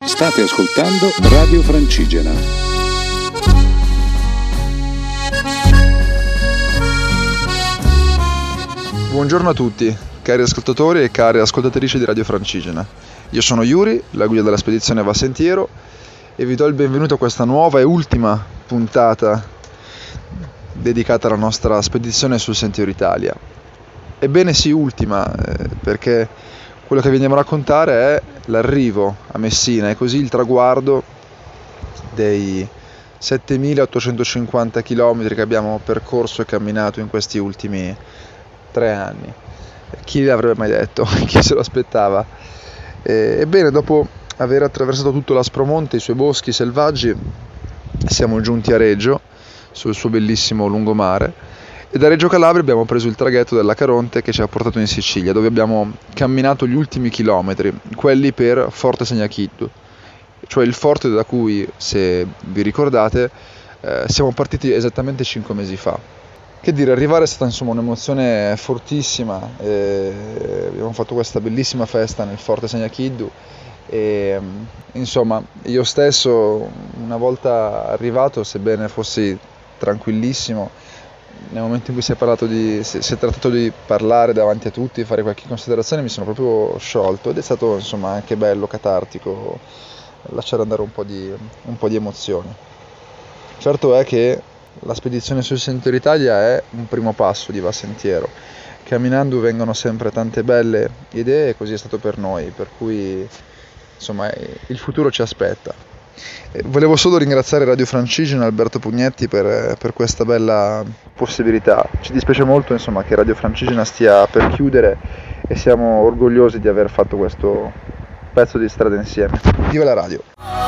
State ascoltando Radio Francigena. Buongiorno a tutti, cari ascoltatori e care ascoltatrici di Radio Francigena. Io sono Yuri, la guida della spedizione Va Sentiero, e vi do il benvenuto a questa nuova e ultima puntata dedicata alla nostra spedizione sul Sentiero Italia. Ebbene sì, ultima, perché quello che vi andiamo a raccontare è l'arrivo a Messina e così il traguardo dei 7.850 km che abbiamo percorso e camminato in questi ultimi 3 anni. Chi l'avrebbe mai detto? Chi se lo aspettava? Ebbene, dopo aver attraversato tutto l'Aspromonte, i suoi boschi selvaggi, siamo giunti a Reggio, sul suo bellissimo lungomare, e da Reggio Calabria abbiamo preso il traghetto della Caronte che ci ha portato in Sicilia, dove abbiamo camminato gli ultimi chilometri, quelli per Forte Sagnachiddu, cioè il forte da cui, se vi ricordate, siamo partiti esattamente 5 mesi fa. Che dire, arrivare è stata insomma un'emozione fortissima, abbiamo fatto questa bellissima festa nel Forte Sagnachiddu e insomma io stesso, una volta arrivato, sebbene fossi tranquillissimo, nel momento in cui si è trattato di parlare davanti a tutti, fare qualche considerazione, mi sono proprio sciolto ed è stato insomma anche bello, catartico, lasciare andare un po' di emozioni. Certo è che la spedizione sul Sentiero Italia è un primo passo di Va Sentiero. Camminando vengono sempre tante belle idee e così è stato per noi, per cui insomma il futuro ci aspetta. Volevo solo ringraziare Radio Francigena e Alberto Pugnetti per questa bella possibilità. Ci dispiace molto insomma che Radio Francigena stia per chiudere e siamo orgogliosi di aver fatto questo pezzo di strada insieme. Viva la radio!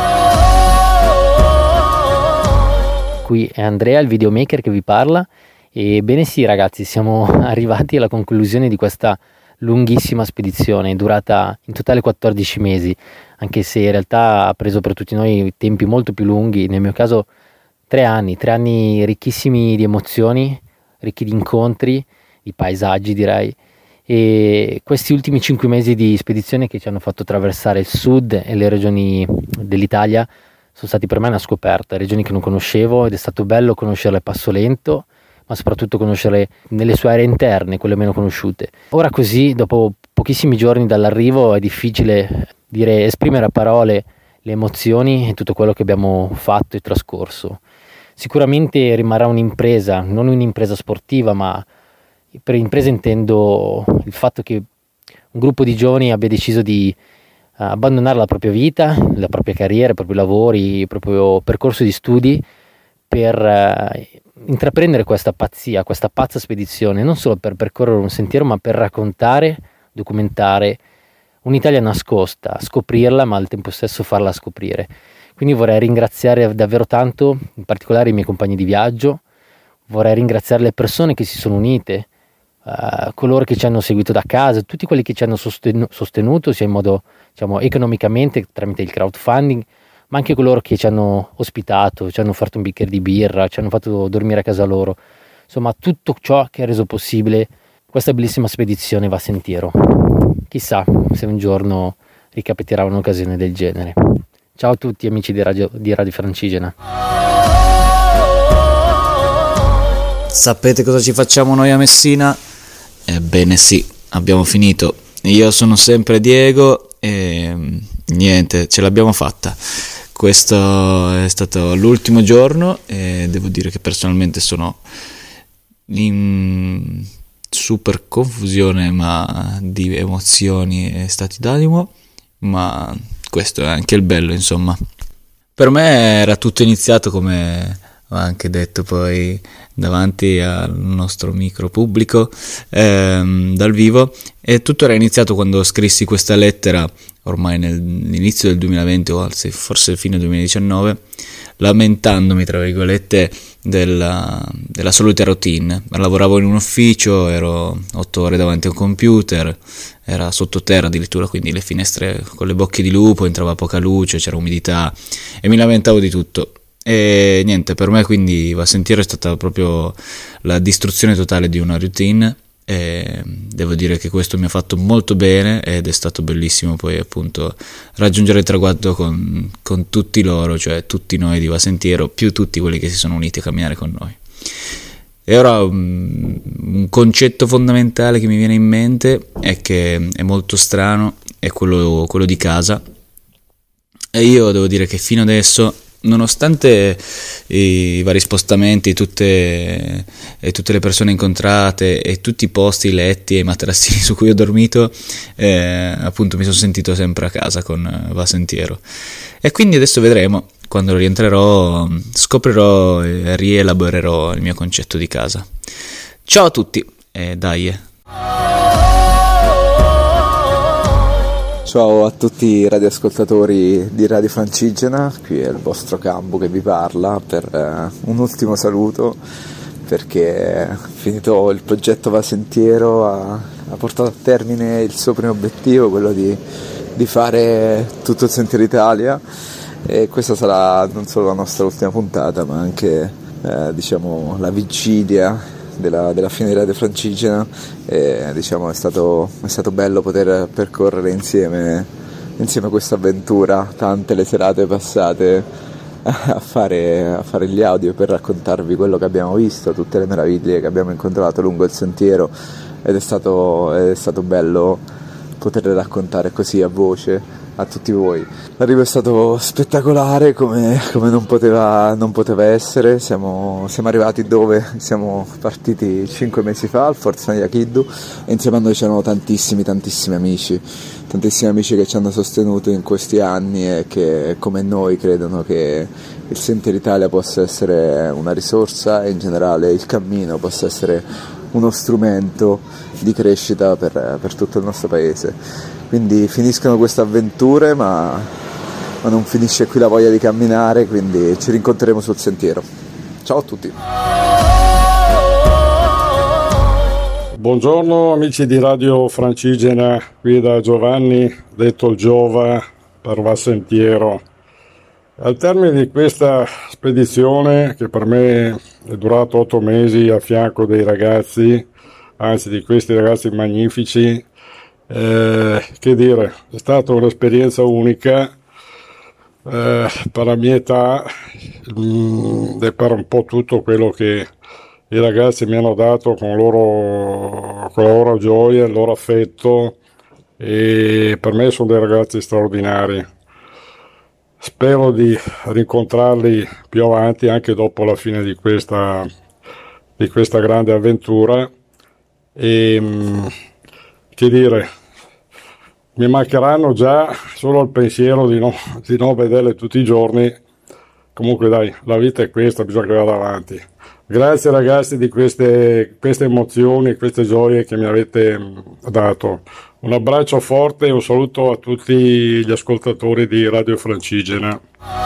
Qui è Andrea, il videomaker, che vi parla. Ebbene sì ragazzi, siamo arrivati alla conclusione di questa lunghissima spedizione, durata in totale 14 mesi, anche se in realtà ha preso per tutti noi tempi molto più lunghi, nel mio caso 3 anni ricchissimi di emozioni, ricchi di incontri, di paesaggi direi, e questi ultimi 5 mesi di spedizione che ci hanno fatto attraversare il sud e le regioni dell'Italia sono stati per me una scoperta, regioni che non conoscevo, ed è stato bello conoscerle a passo lento, ma soprattutto conoscerle nelle sue aree interne, quelle meno conosciute. Ora così, dopo pochissimi giorni dall'arrivo, è difficile esprimere a parole le emozioni e tutto quello che abbiamo fatto e trascorso. Sicuramente rimarrà un'impresa, non un'impresa sportiva, ma per impresa intendo il fatto che un gruppo di giovani abbia deciso di abbandonare la propria vita, la propria carriera, i propri lavori, il proprio percorso di studi per intraprendere questa pazzia, questa pazza spedizione, non solo per percorrere un sentiero, ma per raccontare, documentare un'Italia nascosta, scoprirla, ma al tempo stesso farla scoprire. Quindi vorrei ringraziare davvero tanto, in particolare i miei compagni di viaggio, vorrei ringraziare le persone che si sono unite, coloro che ci hanno seguito da casa, tutti quelli che ci hanno sostenuto sia in modo economicamente tramite il crowdfunding, ma anche coloro che ci hanno ospitato, ci hanno offerto un bicchiere di birra, ci hanno fatto dormire a casa loro. Insomma, tutto ciò che ha reso possibile questa bellissima spedizione Va Sentiero. Chissà se un giorno ricapiterà un'occasione del genere. Ciao a tutti amici di Radio Francigena. Sapete cosa ci facciamo noi a Messina? Ebbene sì, abbiamo finito. Io sono sempre Diego e niente, ce l'abbiamo fatta. Questo è stato l'ultimo giorno e devo dire che personalmente sono in super confusione di emozioni e stati d'animo, ma questo è anche il bello, insomma. Per me era tutto iniziato, come ho anche detto poi davanti al nostro micro pubblico dal vivo, e tutto era iniziato quando scrissi questa lettera ormai nell'inizio del 2020 o forse fine 2019, lamentandomi tra virgolette della solita routine. Lavoravo in un ufficio, ero 8 ore davanti a un computer, era sottoterra addirittura, quindi le finestre con le bocche di lupo, entrava poca luce, c'era umidità e mi lamentavo di tutto. E niente, per me quindi Va Sentiero è stata proprio la distruzione totale di una routine e devo dire che questo mi ha fatto molto bene ed è stato bellissimo poi appunto raggiungere il traguardo con tutti loro, cioè tutti noi di Va Sentiero, più tutti quelli che si sono uniti a camminare con noi. E ora un concetto fondamentale che mi viene in mente è che è molto strano, è quello di casa, e io devo dire che fino adesso, nonostante i vari spostamenti, tutte le persone incontrate e tutti i posti, i letti e i materassini su cui ho dormito, appunto mi sono sentito sempre a casa con Va Sentiero. E quindi adesso vedremo, quando rientrerò scoprirò e rielaborerò il mio concetto di casa. Ciao a tutti e dai. Ciao a tutti i radioascoltatori di Radio Francigena, qui è il vostro Cambu che vi parla per un ultimo saluto, perché finito il progetto Va Sentiero ha portato a termine il suo primo obiettivo, quello di fare tutto il Sentiero Italia, e questa sarà non solo la nostra ultima puntata ma anche diciamo la vigilia della fine di Radio Francigena, e diciamo è stato bello poter percorrere insieme questa avventura, tante le serate passate a fare gli audio per raccontarvi quello che abbiamo visto, tutte le meraviglie che abbiamo incontrato lungo il sentiero, ed è stato bello poterle raccontare così a voce a tutti voi. L'arrivo è stato spettacolare come non poteva essere. Siamo arrivati dove siamo partiti 5 mesi fa, al Forza Kiddu, e insieme a noi c'erano tantissimi amici che ci hanno sostenuto in questi anni e che come noi credono che il Sentiero Italia possa essere una risorsa e in generale il cammino possa essere uno strumento di crescita per tutto il nostro paese. Quindi finiscono queste avventure, ma non finisce qui la voglia di camminare, quindi ci rincontreremo sul sentiero. Ciao a tutti. Buongiorno amici di Radio Francigena, qui da Giovanni, detto il Giova, per Va Sentiero. Al termine di questa spedizione, che per me è durato 8 mesi a fianco dei ragazzi, anzi di questi ragazzi magnifici, che dire, è stata un'esperienza unica per la mia età e per un po' tutto quello che i ragazzi mi hanno dato con la loro gioia, il loro affetto, e per me sono dei ragazzi straordinari. Spero di rincontrarli più avanti, anche dopo la fine di questa grande avventura, e che dire, mi mancheranno già solo il pensiero di non vederle tutti i giorni. Comunque dai, la vita è questa, bisogna che vada avanti. Grazie ragazzi di queste emozioni, queste gioie che mi avete dato. Un abbraccio forte e un saluto a tutti gli ascoltatori di Radio Francigena.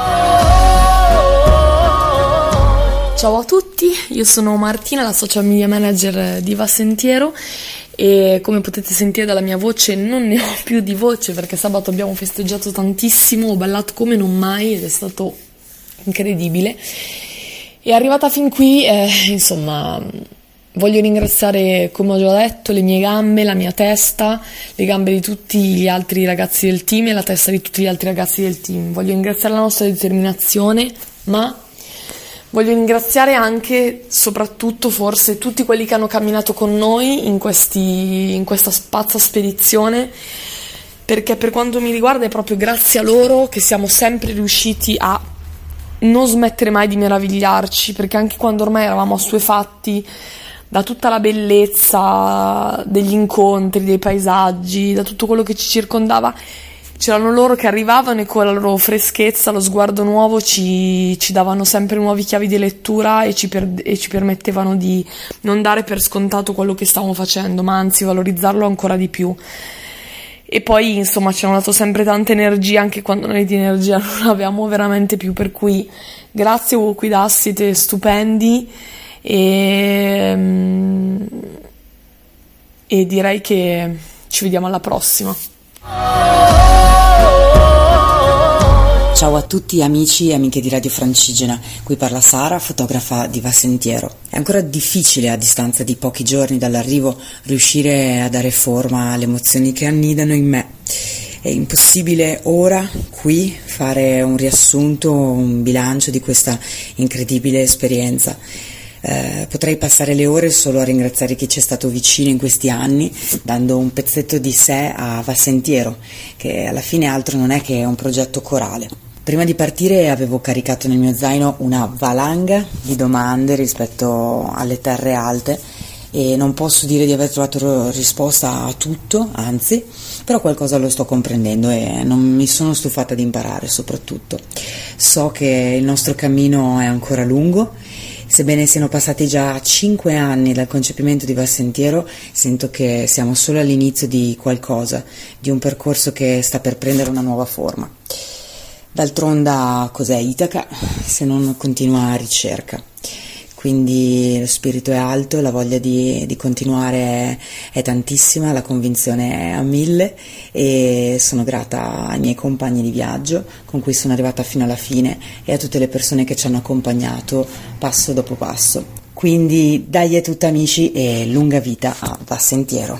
Ciao a tutti, io sono Martina, la social media manager di Va Sentiero, e come potete sentire dalla mia voce non ne ho più di voce, perché sabato abbiamo festeggiato tantissimo, ho ballato come non mai ed è stato incredibile. E arrivata fin qui, insomma, voglio ringraziare, come ho già detto, le mie gambe, la mia testa, le gambe di tutti gli altri ragazzi del team e la testa di tutti gli altri ragazzi del team. Voglio ringraziare la nostra determinazione, ma voglio ringraziare anche, soprattutto forse, tutti quelli che hanno camminato con noi in questa pazza spedizione, perché per quanto mi riguarda è proprio grazie a loro che siamo sempre riusciti a non smettere mai di meravigliarci, perché anche quando ormai eravamo assuefatti da tutta la bellezza degli incontri, dei paesaggi, da tutto quello che ci circondava, c'erano loro che arrivavano e con la loro freschezza, lo sguardo nuovo ci davano sempre nuove chiavi di lettura e ci permettevano di non dare per scontato quello che stavamo facendo, ma anzi valorizzarlo ancora di più. E poi insomma ci hanno dato sempre tanta energia anche quando noi di energia non avevamo veramente più, per cui grazie Walk With Us, siete stupendi, e direi che ci vediamo alla prossima. Ciao a tutti amici e amiche di Radio Francigena, qui parla Sara, fotografa di Vassentiero. È ancora difficile a distanza di pochi giorni dall'arrivo riuscire a dare forma alle emozioni che annidano in me. È impossibile ora, qui, fare un riassunto, un bilancio di questa incredibile esperienza. Potrei passare le ore solo a ringraziare chi ci è stato vicino in questi anni, dando un pezzetto di sé a Vassentiero, che alla fine altro non è che un progetto corale. Prima di partire avevo caricato nel mio zaino una valanga di domande rispetto alle terre alte e non posso dire di aver trovato risposta a tutto, anzi, però qualcosa lo sto comprendendo e non mi sono stufata di imparare soprattutto. So che il nostro cammino è ancora lungo. Sebbene siano passati già 5 anni dal concepimento di Vassentiero, sento che siamo solo all'inizio di qualcosa, di un percorso che sta per prendere una nuova forma. D'altronde, cos'è Itaca se non continua ricerca? Quindi lo spirito è alto, la voglia di continuare è tantissima, la convinzione è a 1000 e sono grata ai miei compagni di viaggio con cui sono arrivata fino alla fine e a tutte le persone che ci hanno accompagnato passo dopo passo. Quindi dai è tutta amici e lunga vita a Vassentiero.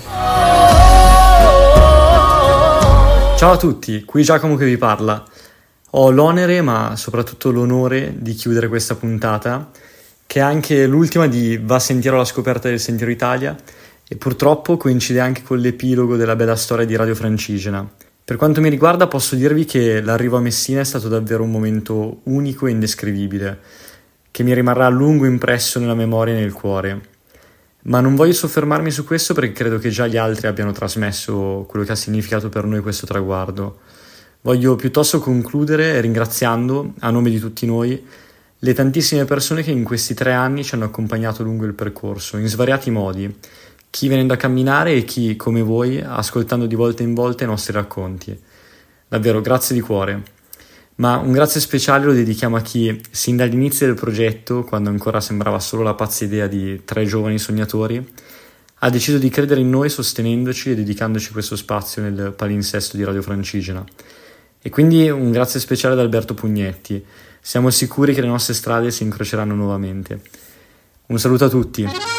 Ciao a tutti, qui Giacomo che vi parla. Ho l'onere ma soprattutto l'onore di chiudere questa puntata, che è anche l'ultima di Vassentiero alla scoperta del Sentiero Italia e purtroppo coincide anche con l'epilogo della bella storia di Radio Francigena. Per quanto mi riguarda posso dirvi che l'arrivo a Messina è stato davvero un momento unico e indescrivibile, che mi rimarrà a lungo impresso nella memoria e nel cuore. Ma non voglio soffermarmi su questo perché credo che già gli altri abbiano trasmesso quello che ha significato per noi questo traguardo. Voglio piuttosto concludere ringraziando, a nome di tutti noi, le tantissime persone che in questi 3 anni ci hanno accompagnato lungo il percorso, in svariati modi, chi venendo a camminare e chi, come voi, ascoltando di volta in volta i nostri racconti. Davvero, grazie di cuore. Ma un grazie speciale lo dedichiamo a chi, sin dall'inizio del progetto, quando ancora sembrava solo la pazza idea di 3 giovani sognatori, ha deciso di credere in noi sostenendoci e dedicandoci questo spazio nel palinsesto di Radio Francigena. E quindi un grazie speciale ad Alberto Pugnetti. Siamo sicuri che le nostre strade si incroceranno nuovamente. Un saluto a tutti.